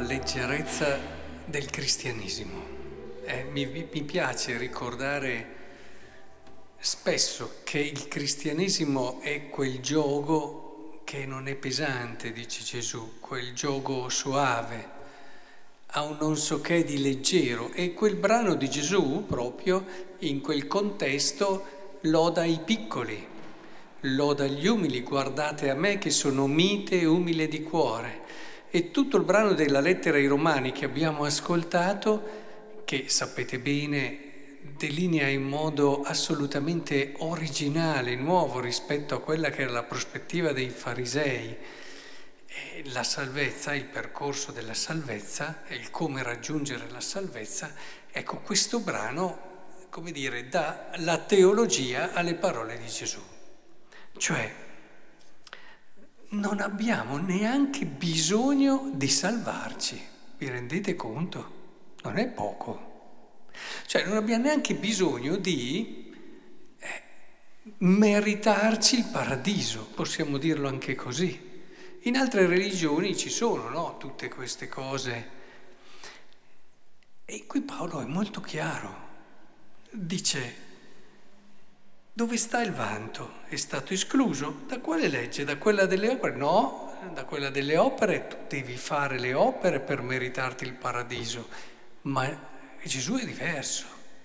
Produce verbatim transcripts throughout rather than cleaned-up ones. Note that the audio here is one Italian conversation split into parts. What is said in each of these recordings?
leggerezza del cristianesimo. Eh, mi, mi piace ricordare spesso che il cristianesimo è quel giogo che non è pesante, dice Gesù, quel giogo soave, ha un non so che di leggero, e quel brano di Gesù proprio in quel contesto loda i piccoli, loda gli umili, guardate a me che sono mite e umile di cuore. E tutto il brano della lettera ai Romani che abbiamo ascoltato, che sapete bene, delinea in modo assolutamente originale, nuovo rispetto a quella che era la prospettiva dei farisei, e la salvezza, il percorso della salvezza e il come raggiungere la salvezza. Ecco, questo brano, come dire, dà la teologia alle parole di Gesù. Cioè, non abbiamo neanche bisogno di salvarci, vi rendete conto? Non è poco. Cioè non abbiamo neanche bisogno di eh, meritarci il paradiso, possiamo dirlo anche così. In altre religioni ci sono, no? Tutte queste cose. E qui Paolo è molto chiaro. Dice: dove sta il vanto? È stato escluso? Da quale legge? Da quella delle opere? No, da quella delle opere tu devi fare le opere per meritarti il paradiso. Ma Gesù è diverso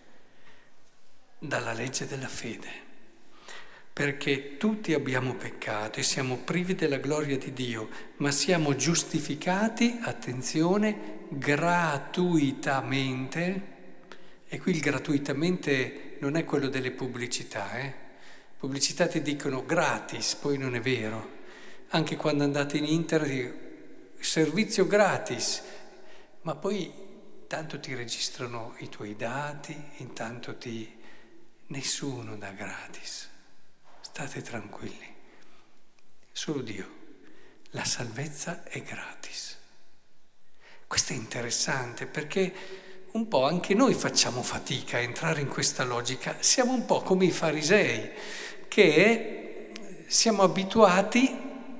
dalla legge della fede, perché tutti abbiamo peccato e siamo privi della gloria di Dio, ma siamo giustificati, attenzione, gratuitamente. E qui il gratuitamente non è quello delle pubblicità, eh? Pubblicità ti dicono gratis, poi non è vero. Anche quando andate in internet, servizio gratis, ma poi tanto ti registrano i tuoi dati, intanto ti... nessuno dà gratis. State tranquilli. Solo Dio. La salvezza è gratis. Questo è interessante perché un po' anche noi facciamo fatica a entrare in questa logica. Siamo un po' come i farisei, che siamo abituati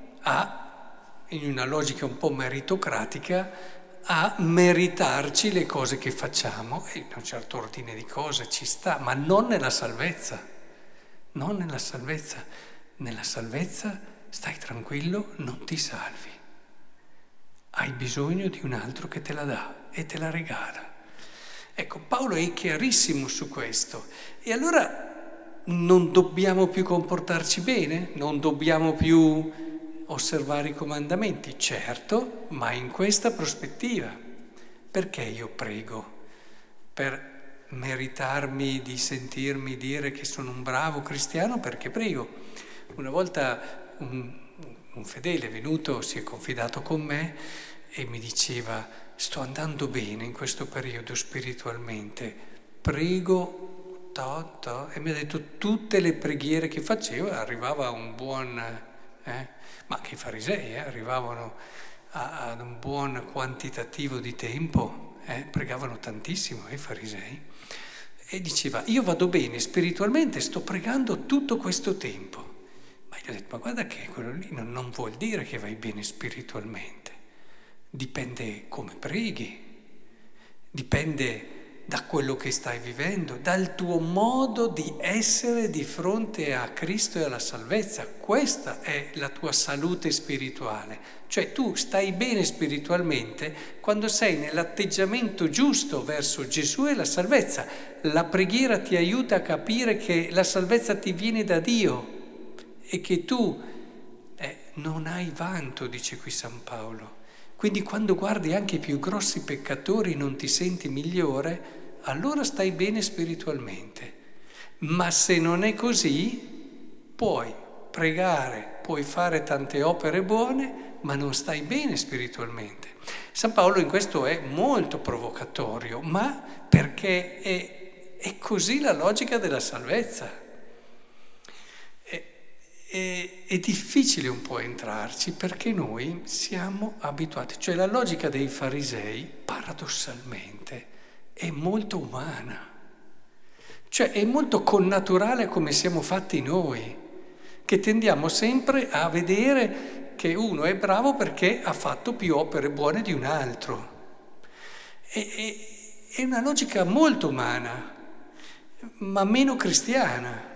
a, in una logica un po' meritocratica, a meritarci le cose che facciamo, e in un certo ordine di cose ci sta, ma non nella salvezza, non nella salvezza. Nella salvezza, stai tranquillo, non ti salvi. Hai bisogno di un altro che te la dà e te la regala. Ecco, Paolo è chiarissimo su questo. E allora non dobbiamo più comportarci bene? Non dobbiamo più osservare i comandamenti? Certo, ma in questa prospettiva. Perché io prego? Per meritarmi di sentirmi dire che sono un bravo cristiano? Perché prego. Una volta un, un fedele è venuto, si è confidato con me e mi diceva: sto andando bene in questo periodo spiritualmente, prego, to, to, e mi ha detto tutte le preghiere che faceva, arrivava a un buon, eh, ma anche i farisei eh, arrivavano a, ad un buon quantitativo di tempo, eh, pregavano tantissimo eh, i farisei, e diceva: io vado bene spiritualmente, sto pregando tutto questo tempo. Ma gli ho detto: ma guarda che quello lì non, non vuol dire che vai bene spiritualmente. Dipende come preghi, dipende da quello che stai vivendo, dal tuo modo di essere di fronte a Cristo e alla salvezza. Questa è la tua salute spirituale. Cioè tu stai bene spiritualmente quando sei nell'atteggiamento giusto verso Gesù e la salvezza. La preghiera ti aiuta a capire che la salvezza ti viene da Dio e che tu eh, non hai vanto, dice qui San Paolo. Quindi quando guardi anche i più grossi peccatori non ti senti migliore, allora stai bene spiritualmente. Ma se non è così, puoi pregare, puoi fare tante opere buone, ma non stai bene spiritualmente. San Paolo in questo è molto provocatorio, ma perché è, è così la logica della salvezza. È, è difficile un po' entrarci perché noi siamo abituati, cioè la logica dei farisei paradossalmente è molto umana, cioè è molto connaturale come siamo fatti noi, che tendiamo sempre a vedere che uno è bravo perché ha fatto più opere buone di un altro. È, è, è una logica molto umana, ma meno cristiana.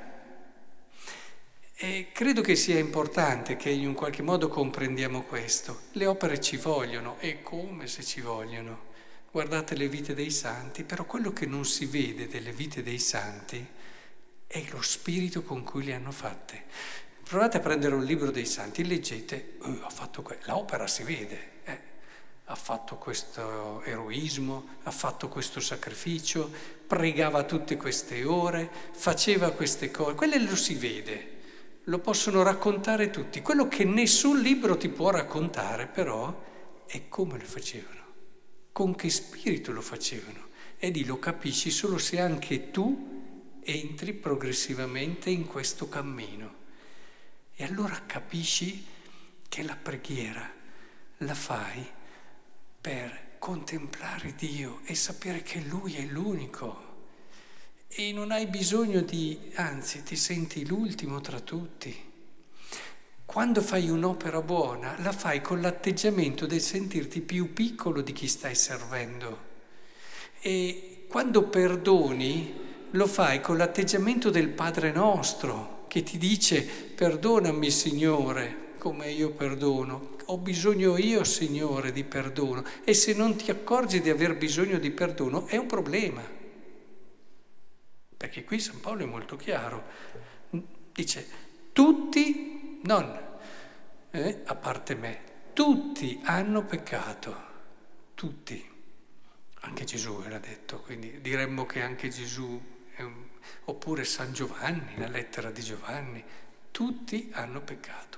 E credo che sia importante che in un qualche modo comprendiamo questo. Le opere ci vogliono, e come se ci vogliono. Guardate le vite dei santi, però quello che non si vede delle vite dei santi è lo spirito con cui le hanno fatte. Provate a prendere un libro dei santi, leggete, oh, ha fatto que- l'opera si vede, eh. Ha fatto questo eroismo, ha fatto questo sacrificio, pregava tutte queste ore, faceva queste cose, quelle lo si vede. Lo possono raccontare tutti. Quello che nessun libro ti può raccontare, però, è come lo facevano, con che spirito lo facevano. E lì lo capisci solo se anche tu entri progressivamente in questo cammino. E allora capisci che la preghiera la fai per contemplare Dio e sapere che Lui è l'unico. E non hai bisogno di, anzi, ti senti l'ultimo tra tutti. Quando fai un'opera buona, la fai con l'atteggiamento del sentirti più piccolo di chi stai servendo. E quando perdoni, lo fai con l'atteggiamento del Padre nostro, che ti dice: perdonami, Signore, come io perdono. Ho bisogno io, Signore, di perdono. E se non ti accorgi di aver bisogno di perdono, è un problema. Perché qui San Paolo è molto chiaro, dice tutti, non eh, a parte me, tutti hanno peccato, tutti, anche Gesù l'ha detto, quindi diremmo che anche Gesù, è un, oppure San Giovanni, la lettera di Giovanni, tutti hanno peccato.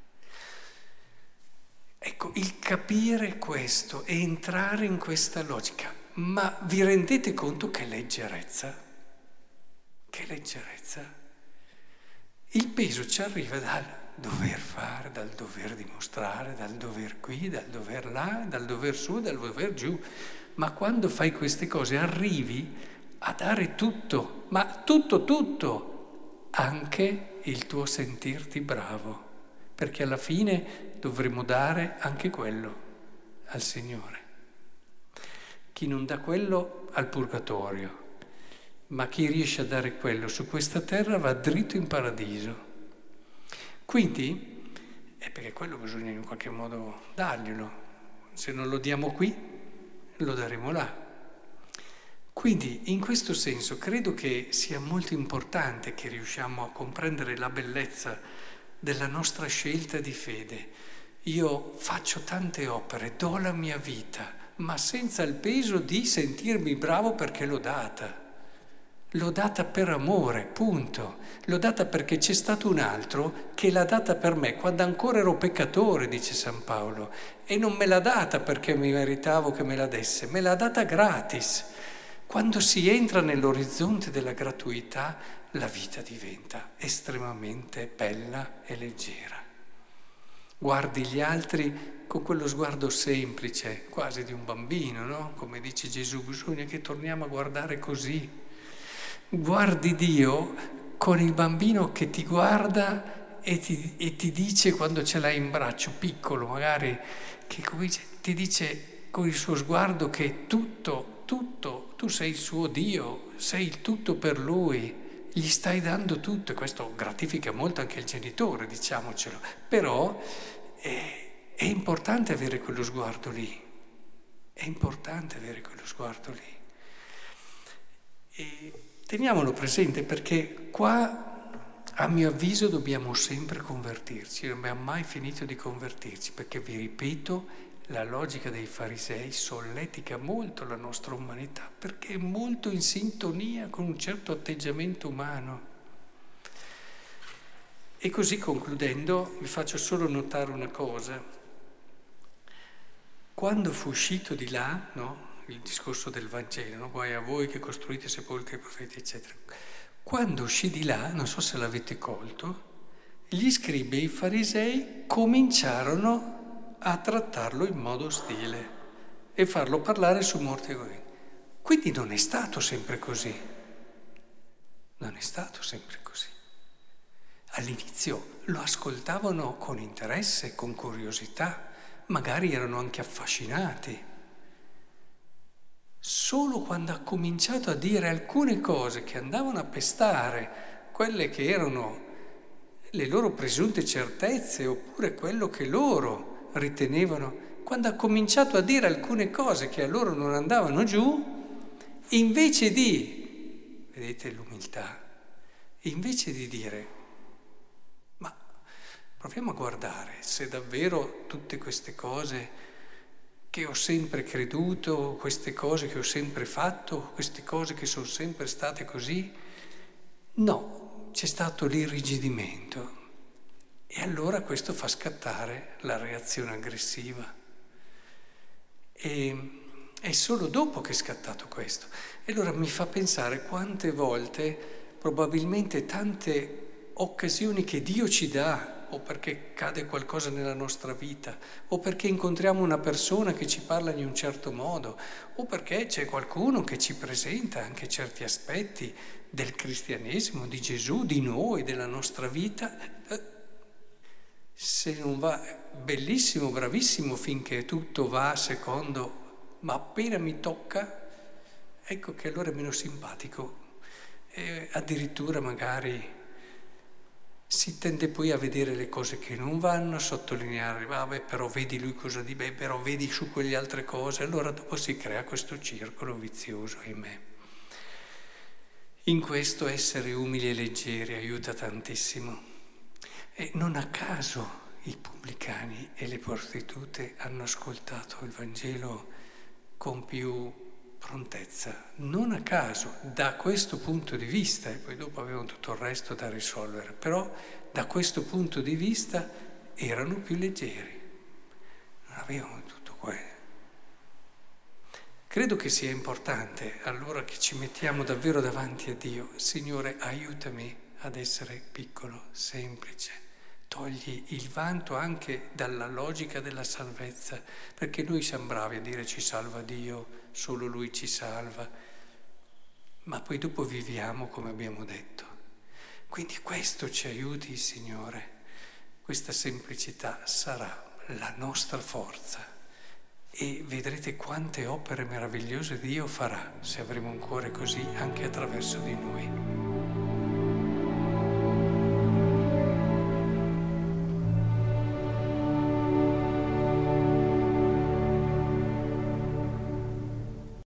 Ecco, il capire questo e entrare in questa logica, ma vi rendete conto che leggerezza? Che leggerezza. Il peso ci arriva dal dover fare, dal dover dimostrare, dal dover qui, dal dover là, dal dover su, dal dover giù. Ma quando fai queste cose arrivi a dare tutto, ma tutto, tutto, anche il tuo sentirti bravo, perché alla fine dovremo dare anche quello al Signore. Chi non dà quello al purgatorio. Ma chi riesce a dare quello su questa terra va dritto in paradiso. Quindi, è perché quello bisogna in qualche modo darglielo. Se non lo diamo qui, lo daremo là. Quindi, in questo senso, credo che sia molto importante che riusciamo a comprendere la bellezza della nostra scelta di fede. Io faccio tante opere, do la mia vita, ma senza il peso di sentirmi bravo perché l'ho data. L'ho data per amore, punto. L'ho data perché c'è stato un altro che l'ha data per me quando ancora ero peccatore, dice San Paolo, e non me l'ha data perché mi meritavo che me la desse, me l'ha data gratis. Quando si entra nell'orizzonte della gratuità, la vita diventa estremamente bella e leggera. Guardi gli altri con quello sguardo semplice, quasi di un bambino, no? Come dice Gesù, bisogna che torniamo a guardare così. Guardi Dio con il bambino che ti guarda e ti, e ti dice quando ce l'hai in braccio, piccolo magari, che comincia, ti dice con il suo sguardo che tutto, tutto, tu sei il suo Dio, sei il tutto per Lui, gli stai dando tutto, e questo gratifica molto anche il genitore, diciamocelo, però è, è importante avere quello sguardo lì, è importante avere quello sguardo lì. E teniamolo presente perché qua, a mio avviso, dobbiamo sempre convertirci, non abbiamo mai finito di convertirci, perché vi ripeto, la logica dei farisei solletica molto la nostra umanità, perché è molto in sintonia con un certo atteggiamento umano. E così concludendo, vi faccio solo notare una cosa. Quando fu uscito di là, no? Il discorso del Vangelo, no? Guai a voi che costruite sepolcri ai profeti, eccetera. Quando uscì di là, non so se l'avete colto, gli scribi e i farisei cominciarono a trattarlo in modo ostile e farlo parlare su morti e guarini. Quindi non è stato sempre così. Non è stato sempre così. all'inizio lo ascoltavano con interesse, con curiosità, magari erano anche affascinati. Solo quando ha cominciato a dire alcune cose che andavano a pestare quelle che erano le loro presunte certezze oppure quello che loro ritenevano, quando ha cominciato a dire alcune cose che a loro non andavano giù, invece di, vedete l'umiltà, invece di dire, ma proviamo a guardare se davvero tutte queste cose che ho sempre creduto, queste cose che ho sempre fatto, queste cose che sono sempre state così, no, c'è stato l'irrigidimento. E allora questo fa scattare la reazione aggressiva. E è solo dopo che è scattato questo. E allora mi fa pensare quante volte, probabilmente tante occasioni che Dio ci dà, o perché cade qualcosa nella nostra vita, o perché incontriamo una persona che ci parla in un certo modo, o perché c'è qualcuno che ci presenta anche certi aspetti del cristianesimo, di Gesù, di noi, della nostra vita. Se non va, bellissimo, bravissimo, finché tutto va secondo, ma appena mi tocca, ecco che allora è meno simpatico. E addirittura magari si tende poi a vedere le cose che non vanno, a sottolineare, vabbè, però vedi lui cosa di beh, però vedi su quelle altre cose, allora dopo si crea questo circolo vizioso, ahimè. In questo essere umili e leggeri aiuta tantissimo. E non a caso i pubblicani e le prostitute hanno ascoltato il Vangelo con più prontezza, non a caso, da questo punto di vista, e poi dopo avevano tutto il resto da risolvere, però da questo punto di vista erano più leggeri, non avevano tutto quello. Credo che sia importante allora che ci mettiamo davvero davanti a Dio, Signore, aiutami ad essere piccolo, semplice. Togli il vanto anche dalla logica della salvezza, perché noi siamo bravi a dire ci salva Dio, solo Lui ci salva, ma poi dopo viviamo come abbiamo detto. Quindi questo ci aiuti, Signore, questa semplicità sarà la nostra forza e vedrete quante opere meravigliose Dio farà se avremo un cuore così anche attraverso di noi.